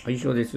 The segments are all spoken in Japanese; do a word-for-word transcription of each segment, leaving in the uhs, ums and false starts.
はい、以上です。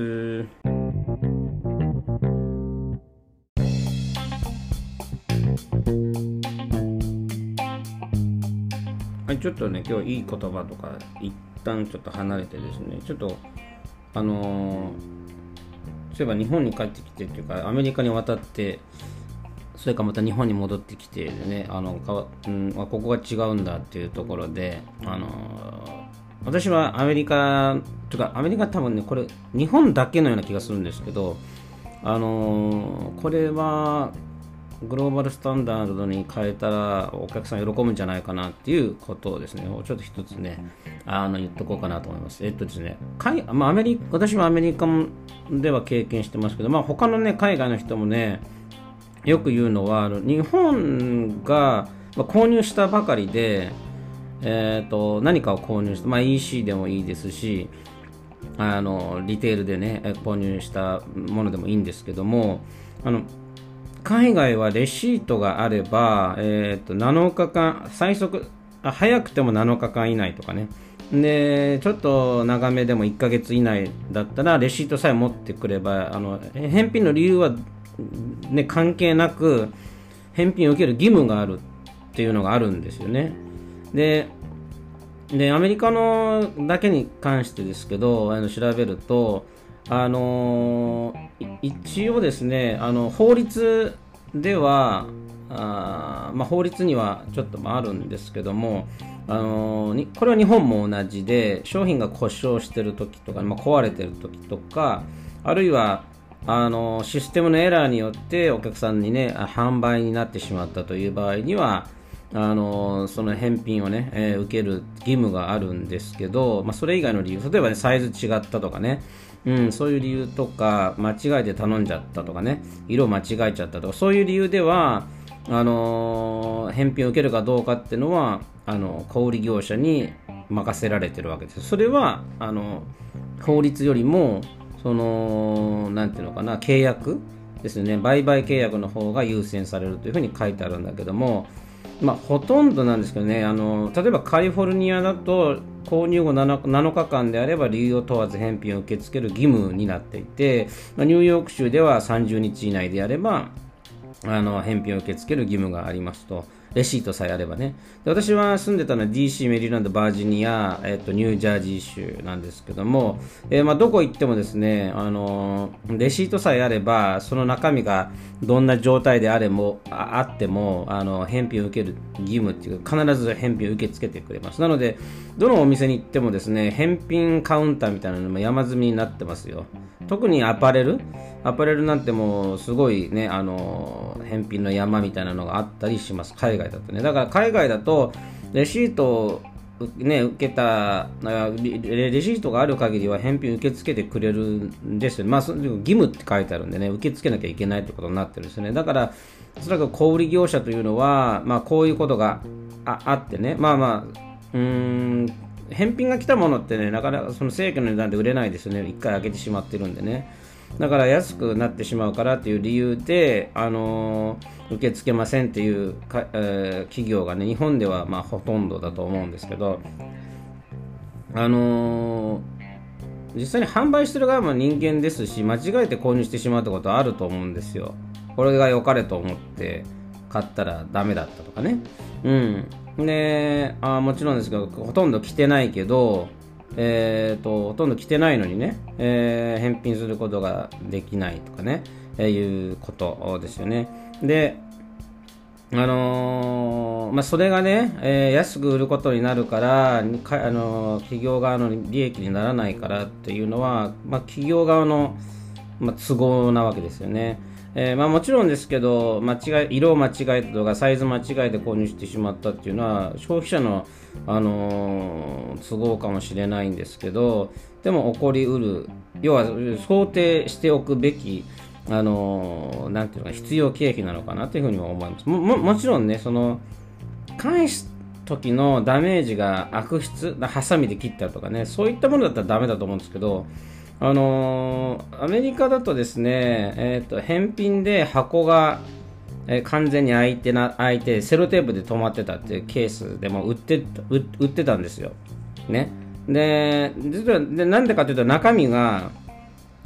はい、ちょっとね、今日いい言葉とか、一旦ちょっと離れてですね、ちょっと、あのー、そういえば日本に帰ってきてっていうか、アメリカに渡って、それからまた日本に戻ってきてね、あのかわ、うん、ここが違うんだっていうところで、あのー私はアメリカとか、アメリカ多分ね、これ、日本だけのような気がするんですけど、あのーこれはグローバルスタンダードに変えたらお客さん喜ぶんじゃないかなっていうことをですね、ちょっと一つね、あの言っとこうかなと思います。えっとですね、海まあ、アメリカ私はアメリカでは経験してますけど、まあ、他のね、海外の人もね、よく言うのは、あの日本がまあ購入したばかりで、えー、と何かを購入して、まあ、イーシー でもいいですし、あのリテールでね、購入したものでもいいんですけども、あの海外はレシートがあれば、えー、となのかかん、最速、あ早くてもなのかかん以内とかね、でちょっと長めでもいっかげつ以内だったら、レシートさえ持ってくれば、あの返品の理由は、ね、関係なく、返品を受ける義務があるっていうのがあるんですよね。ででアメリカのだけに関してですけど、あの調べると、あの一応ですね、あの法律では、あ、まあ、法律にはちょっとあるんですけども、あのにこれは日本も同じで、商品が故障している時とか、まあ、壊れている時とか、あるいはあのシステムのエラーによってお客さんにね、販売になってしまったという場合には、あのその返品をね、えー受ける義務があるんですけど、まあ、それ以外の理由、例えばね、サイズ違ったとかね、うん、そういう理由とか、間違えて頼んじゃったとかね、色間違えちゃったとか、そういう理由では、あのー返品を受けるかどうかっていうのは、あの小売業者に任せられてるわけです。それはあの法律よりも、そのなんていうのかな、契約ですね、売買契約の方が優先されるというふうに書いてあるんだけども、まあ、ほとんどなんですけどね、あの例えばカリフォルニアだと、購入後 7, なのかかんであれば理由を問わず返品を受け付ける義務になっていて、まあ、ニューヨーク州ではさんじゅうにち以内であれば、あの返品を受け付ける義務がありますと、レシートさえあればね。で、私は住んでたのは ディーシー、メリーランド、バージニア、えっと、ニュージャージー州なんですけども、えーまあ、どこ行ってもですね、あのレシートさえあれば、その中身がどんな状態であれもああっても、あの返品を受ける義務っていうか、必ず返品を受け付けてくれます。なので、どのお店に行ってもですね、返品カウンターみたいなのも山積みになってますよ。特にアパレルアパレルなんてもうすごいね、あの返品の山みたいなのがあったりします、海外だとね。だから海外だとレシートを、ね、受けたレレシートがある限りは返品受け付けてくれるんですよ。まあ、その義務って書いてあるんでね、受け付けなきゃいけないってことになってるんですよね。だからおそらく小売業者というのは、まあ、こういうことが あ, あってね、まあまあ、うーん返品が来たものってね、なかなかその正規の値段で売れないですよね。一回開けてしまってるんでね。だから安くなってしまうからっていう理由で、あのー受け付けませんっていうか、えー企業がね、日本ではまあほとんどだと思うんですけど、あのー実際に販売してる側も人間ですし、間違えて購入してしまうってことはあると思うんですよ。これが良かれと思って買ったらダメだったとかね。うん。で、あもちろんですけど、ほとんど着てないけど、えーと、ほとんど着てないのにね、えー返品することができないとかね、えーいうことですよね。で、あのーまあ、それがね、えー安く売ることになるから、かあのー企業側の利益にならないからっていうのは、まあ、企業側の、まあ、都合なわけですよね。えーまあ、もちろんですけど、間違い色を間違えたとかサイズ間違えて購入してしまったっていうのは消費者の、あのー都合かもしれないんですけど、でも起こりうる、要は想定しておくべき、あのなんていうのか、必要経費なのかなというふうにも思います。もももちろんね、その返す時のダメージが悪質、ハサミで切ったとかね、そういったものだったらダメだと思うんですけど、あのーアメリカだとですね、えーと返品で箱が、えー完全に開いてな開いてセロテープで止まってたっていうケースでも売って売売ってたんですよ。ね。で、実はでなんでかというと、中身が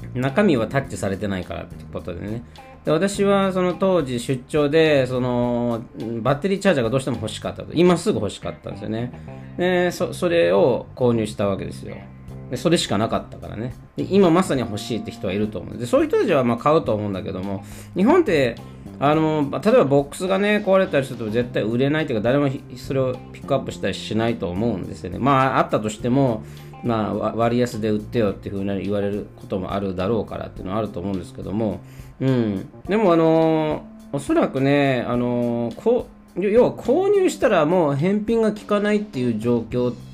中身はタッチされてないからってことでね。で私はその当時出張でそのバッテリーチャージャーがどうしても欲しかったと、今すぐ欲しかったんですよね。で そ, それを購入したわけですよ。でそれしかなかったからね。で今まさに欲しいって人はいると思う。でそういう人たちはまあ買うと思うんだけども、日本ってあの例えばボックスがね壊れたりすると絶対売れないというか、誰もそれをピックアップしたりしないと思うんですよね。まああったとしても、まあ、割安で売ってよっていうふうに言われることもあるだろうからっていうのはあると思うんですけども、うん、でもあのおそらくね、あのこ要は購入したらもう返品が効かないっていう状況って、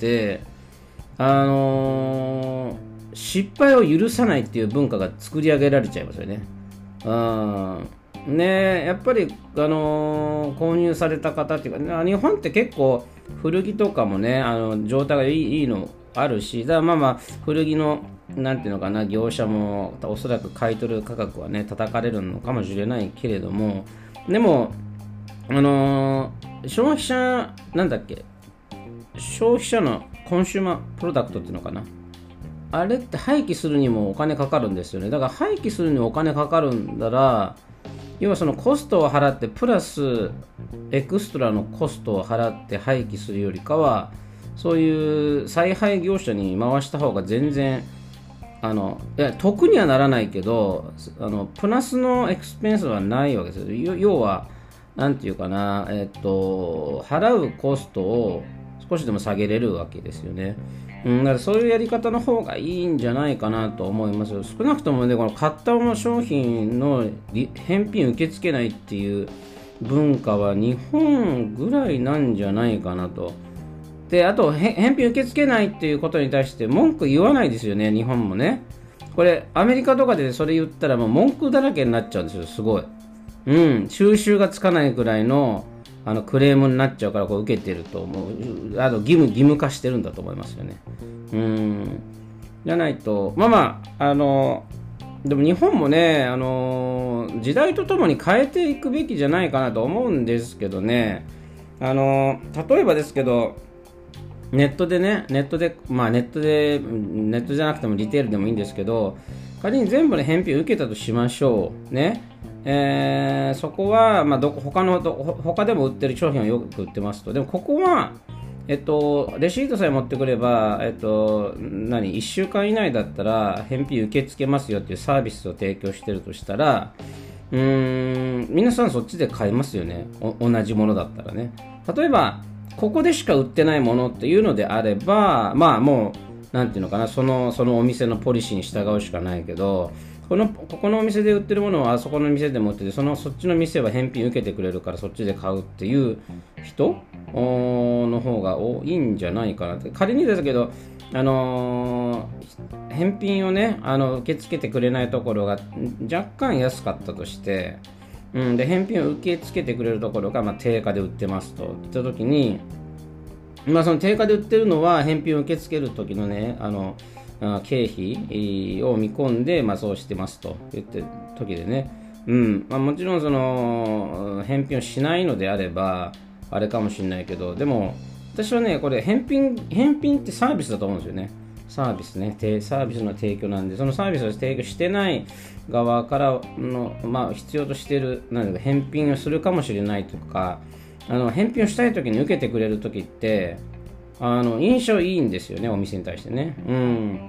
あの失敗を許さないっていう文化が作り上げられちゃいますよね。うんね、やっぱり、あのー購入された方っていうか、日本って結構古着とかもね、あの状態がいい、いいのあるし、だからまあまあ古着のなんていうのかな、業者もおそらく買い取る価格はね叩かれるのかもしれないけれども、でもあのー消費者なんだっけ消費者のコンシューマープロダクトっていうのかな、あれって廃棄するにもお金かかるんですよね。だから廃棄するにもお金かかるんだら、要はそのコストを払ってプラスエクストラのコストを払って廃棄するよりかは、そういう再配業者に回した方が全然あのいや得にはならないけど、あのプラスのエクスペンスはないわけですよ。要はなんていうかな、えっと払うコストを少しでも下げれるわけですよね。うん、だからそういうやり方の方がいいんじゃないかなと思いますよ。少なくともね、この買ったもの商品の返品受け付けないっていう文化は日本ぐらいなんじゃないかなと。で、あと返品受け付けないっていうことに対して文句言わないですよね、日本もね。これアメリカとかでそれ言ったらもう文句だらけになっちゃうんですよ、すごい。うん、収集がつかないくらいのあのクレームになっちゃうから、こう受けてると思う。あと義務義務化してるんだと思いますよね。うんじゃないと、まあまああのでも日本もね、あの時代とともに変えていくべきじゃないかなと思うんですけどね。あの例えばですけど、ネットでね、ネットで、まあネットで、ネットじゃなくてもリテールでもいいんですけど、仮に全部の返品を受けたとしましょう。ね。えー、そこは、まあ、どこ他の他でも売ってる商品をよく売ってますと。でもここは、えっと、レシートさえ持ってくれば、えっと、何、いっしゅうかん以内だったら返品受け付けますよっていうサービスを提供してるとしたら、うーん、皆さんそっちで買いますよね。同じものだったらね。例えば、ここでしか売ってないものっていうのであれば、まあもう、なんていうのかな、その、そのお店のポリシーに従うしかないけど、このここのお店で売ってるものはあそこの店でも売ってて、そのそっちの店は返品受けてくれるからそっちで買うっていう人の方が多いんじゃないかなって。仮にですけど、あのー、返品をね、あの受け付けてくれないところが若干安かったとして、うん、で返品を受け付けてくれるところが、まあ、定価で売ってますといった時に、まあ、その定価で売ってるのは返品を受け付ける時のね、あの経費を見込んで、まあ、そうしてますと言ってる時でね、うんまあ、もちろんその返品をしないのであればあれかもしれないけど、でも私はね、これ返品返品ってサービスだと思うんですよね。サービスね、サービスの提供なんで、そのサービスを提供してない側からの、まあ、必要としているなんか返品をするかもしれないとか、あの返品をしたい時に受けてくれる時ってあの印象いいんですよね、お店に対してね。うん、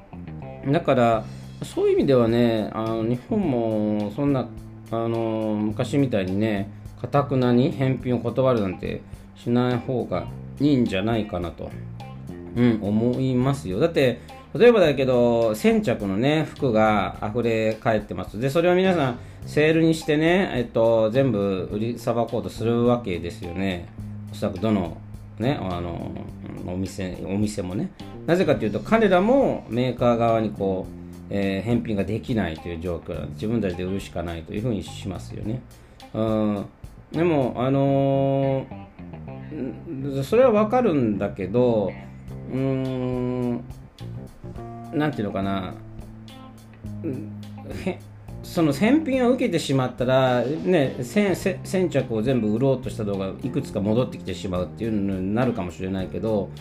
だからそういう意味ではね、あの日本もそんなあの昔みたいにね、かたくなに返品を断るなんてしない方がいいんじゃないかなと、うん、思いますよ。だって例えばだけど先着のね服が溢れ返ってます。でそれを皆さんセールにしてね、えっと、全部売りさばこうとするわけですよね。おそらくどのね、あのお店お店もね、なぜかというと彼らもメーカー側にこう、えー、返品ができないという状況なので、自分たちで売るしかないというふうにしますよね。うん、でもあのー、それはわかるんだけど、うーんなんていうのかな、へその返品を受けてしまったら、ね、先, 先着を全部売ろうとした動画がいくつか戻ってきてしまうっていうのになるかもしれないけど、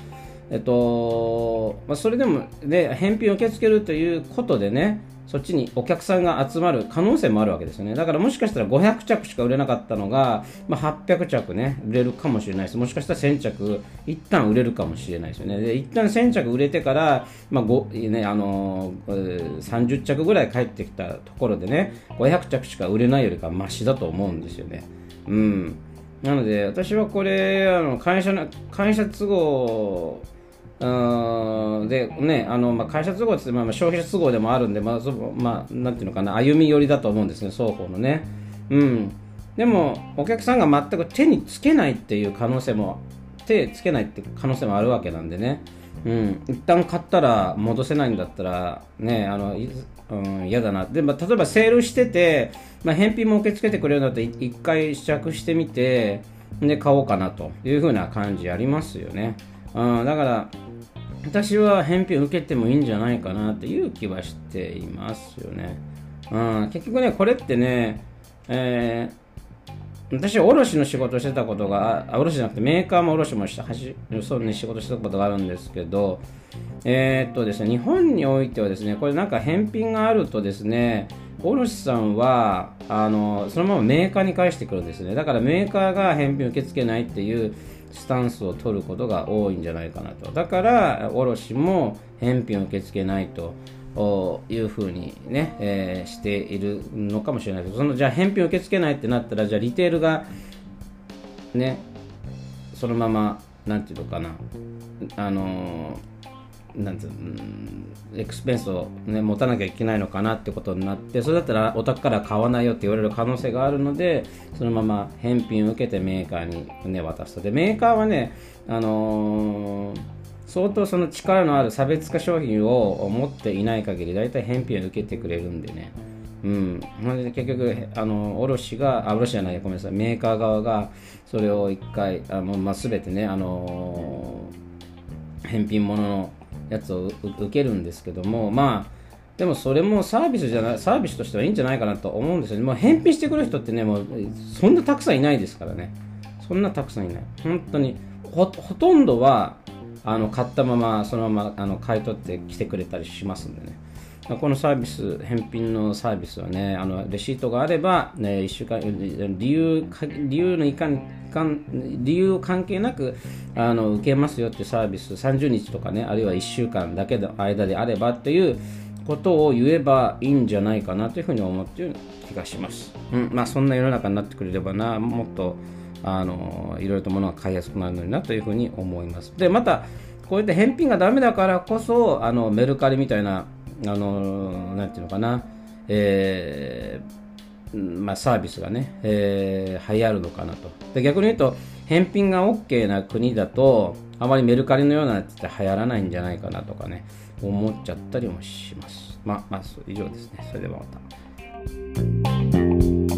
えっとまあ、それでもで返品を受け付けるということでね、そっちにお客さんが集まる可能性もあるわけですよね。だからもしかしたらごひゃくちゃくしか売れなかったのが、まあ、はっぴゃくちゃくね売れるかもしれないです。もしかしたらせんちゃく一旦売れるかもしれないですよね。で一旦せんちゃく売れてから、まあごねあのー、さんじゅっちゃくぐらい帰ってきたところでね、ごひゃくちゃくしか売れないよりかはマシだと思うんですよね。うんなので私はこれあの会社の会社都合でね、あのまあ、会社都合って、まあ、消費者都合でもあるんで、まあそまあ、なんていうのかな、歩み寄りだと思うんですね、双方のね。うん、でも、お客さんが全く手につけないっていう可能性も、手つけないって可能性もあるわけなんでね、うん、一旦買ったら戻せないんだったら、ね、あのうん、嫌だな。で、まあ、例えばセールしてて、まあ、返品も受け付けてくれるんだったら、一回試着してみて、で、買おうかなという風な感じありますよね。うん、だから、私は返品を受けてもいいんじゃないかなっていう気はしていますよね。うん、結局ね、これってね、えー、私は卸の仕事をしてたことが、あ、卸じゃなくてメーカーも卸もした、そうね、仕事してたことがあるんですけど、えー、っとですね、日本においてはですね、これなんか返品があるとですね、卸さんはあのそのままメーカーに返してくるんですね。だからメーカーが返品を受け付けないっていうスタンスを取ることが多いんじゃないかなと。だから卸も返品を受け付けないというふうにね、えー、しているのかもしれないけど、そのじゃあ返品を受け付けないってなったら、じゃあリテールがねそのままなんていうのかな、あのーなんていうの、エクスペンスを、ね、持たなきゃいけないのかなってことになって、それだったらお宅から買わないよって言われる可能性があるので、そのまま返品を受けてメーカーに、ね、渡すと。でメーカーはね、あのー、相当その力のある差別化商品を持っていない限り、だいたい返品を受けてくれるんでね。うん、なので結局あの卸があ卸じゃないごめんなさいメーカー側がそれを一回あの、まあ、全てね、あのー、返品物のやつを受けるんですけども、まあでもそれもサービスじゃないサービスとしてはいいんじゃないかなと思うんですよね。もう返品してくる人ってね、もうそんなたくさんいないですからね。そんなたくさんいない。本当に ほ, ほとんどはあの買ったままそのままあの買い取って来てくれたりしますんでね。このサービス、返品のサービスはね、あのレシートがあれば、ね、いっしゅうかん理由理由のいかん理由を関係なくあの受けますよっていうサービス、さんじゅうにちとかね、あるいはいっしゅうかんだけの間であればっていうことを言えばいいんじゃないかなというふうに思っている気がします。うん、まあそんな世の中になってくれればな、もっとあのいろいろと物が買いやすくなるのになというふうに思います。で、またこうやって返品がダメだからこそ、あのメルカリみたいなあのなんていうのかな、えーまあ、サービスがね、えー、流行るのかなと。で逆に言うと返品が OK な国だとあまりメルカリのようなやつって流行らないんじゃないかなとかね思っちゃったりもします。まあまあ以上ですね。それではまた。